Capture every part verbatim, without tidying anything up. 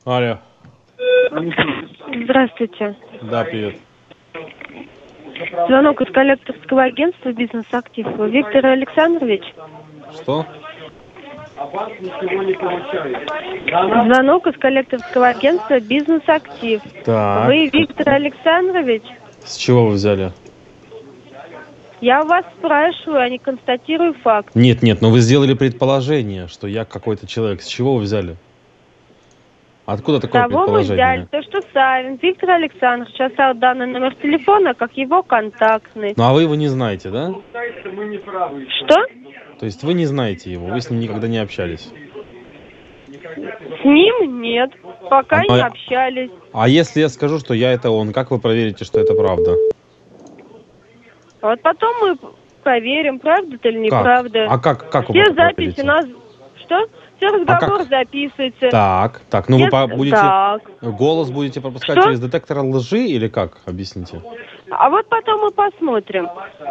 Алло. Здравствуйте. Да, привет. Звонок из коллекторского агентства «Бизнес-актив». Виктор Александрович? Что? Звонок из коллекторского агентства «Бизнес-актив». Так. Вы Виктор Александрович? С чего вы взяли? Я у вас спрашиваю, а не констатирую факт. Нет, нет, но вы сделали предположение, что я какой-то человек. С чего вы взяли? Откуда такое Того мы взяли, предположение? то, что Савин Виктор Александрович оставил данный номер телефона как его контактный. Ну, а вы его не знаете, да? Что? То есть вы не знаете его, вы с ним никогда не общались? С ним нет, пока А- не общались. А если я скажу, что я это он, как вы проверите, что это правда? Вот потом мы проверим, правда это или Как? неправда. А как, как вы Все это записи проверите? у нас... Что? Все разговор как? записывается. Так, так, ну вы Все- по- будете... Так. Голос будете пропускать Что? через детектор лжи или как? Объясните. А вот потом мы посмотрим.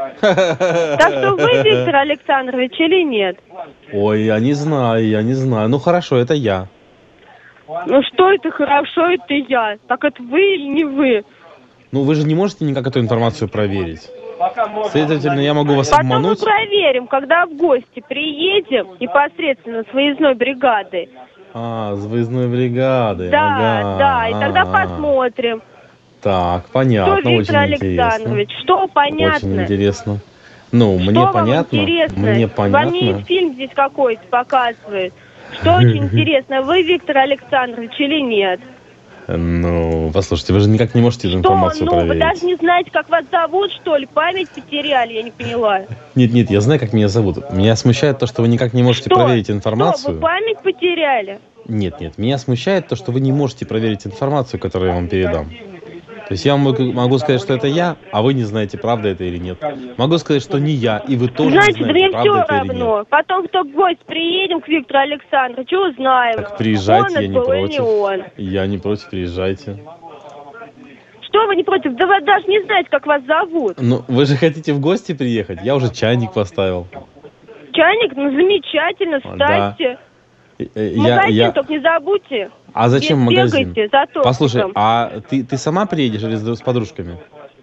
Так что вы Виктор Александрович или нет? Ой, я не знаю, я не знаю. Ну хорошо, это я. Ну что это хорошо, это я. Так это вы или не вы? Ну вы же не можете никак эту информацию проверить. Следовательно, я могу вас Потом мы обмануть. проверим, когда в гости приедем непосредственно с выездной бригадой. А, с выездной бригады. Да, ага, да, и тогда ага. посмотрим. Так, понятно, Что, Виктор очень интересно. Александрович, что понятно? Очень интересно. Ну, Что мне вам понятно. интересно? Мне Вам понятно. не фильм здесь какой-то показывает. Что очень интересно, вы Виктор Александрович или нет? Ну, послушайте, вы же никак не можете эту Что, информацию ну, вы проверить. даже не знаете, как вас зовут, что ли? Память потеряли, я не поняла. Нет, нет, я знаю, как меня зовут. Меня смущает то, что вы никак не можете Что? проверить Что, информацию. вы память потеряли? Нет, нет, меня смущает то, что вы не можете проверить информацию, которую я вам передам. То есть я вам могу- могу сказать, что это я, а вы не знаете, правда это или нет. Могу сказать, что не я, и вы тоже Знаете, не да мне знаете, правда все это или нет. равно. Потом, кто в гости приедем к Виктору Александровичу, узнаем. Так приезжайте, он я это не был или против. не он. Я не против, приезжайте. Что вы не против? Да вы даже не знаете, как вас зовут. Ну, вы же хотите в гости приехать? Я уже чайник поставил. Чайник, ну замечательно, Да. ставьте. Э, э, Магазин я- только не забудьте. А зачем Бе- магазин? бегайте за тортиком. Послушай, а ты, ты сама приедешь или с, с подружками?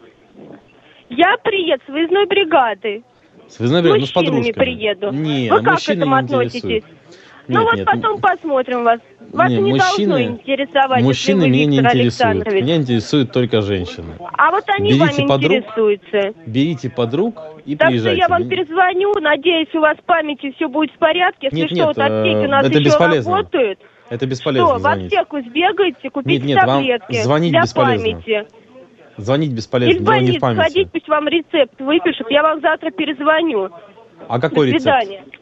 Я приеду с выездной бригадой. С выездной бригадой? Ну, с Мужчинами подружками. приеду. Не, Вы как к мужчины этому не относитесь? интересуют. Ну Нет, вот нет, потом м- посмотрим вас. Вас не, не мужчины, должно интересовать, мужчины если вы меня не Виктор интересуют. Александрович. Меня интересуют только женщины. А вот они Берите вами подруг. интересуются. Берите подруг и Так что приезжайте. я вам Мне- перезвоню, надеюсь, у вас в памяти все будет в порядке. Если Нет, что, нет, вот аптеки э, у нас это еще бесполезно. работают. Это бесполезно Что, в звонить. аптеку сбегайте, купите Нет, нет, вам таблетки звонить для бесполезно. памяти. Звонить Или бесполезно, в дело не в больницу памяти. сходить, пусть вам рецепт выпишут, я вам завтра перезвоню. А какой До рецепт? свидания.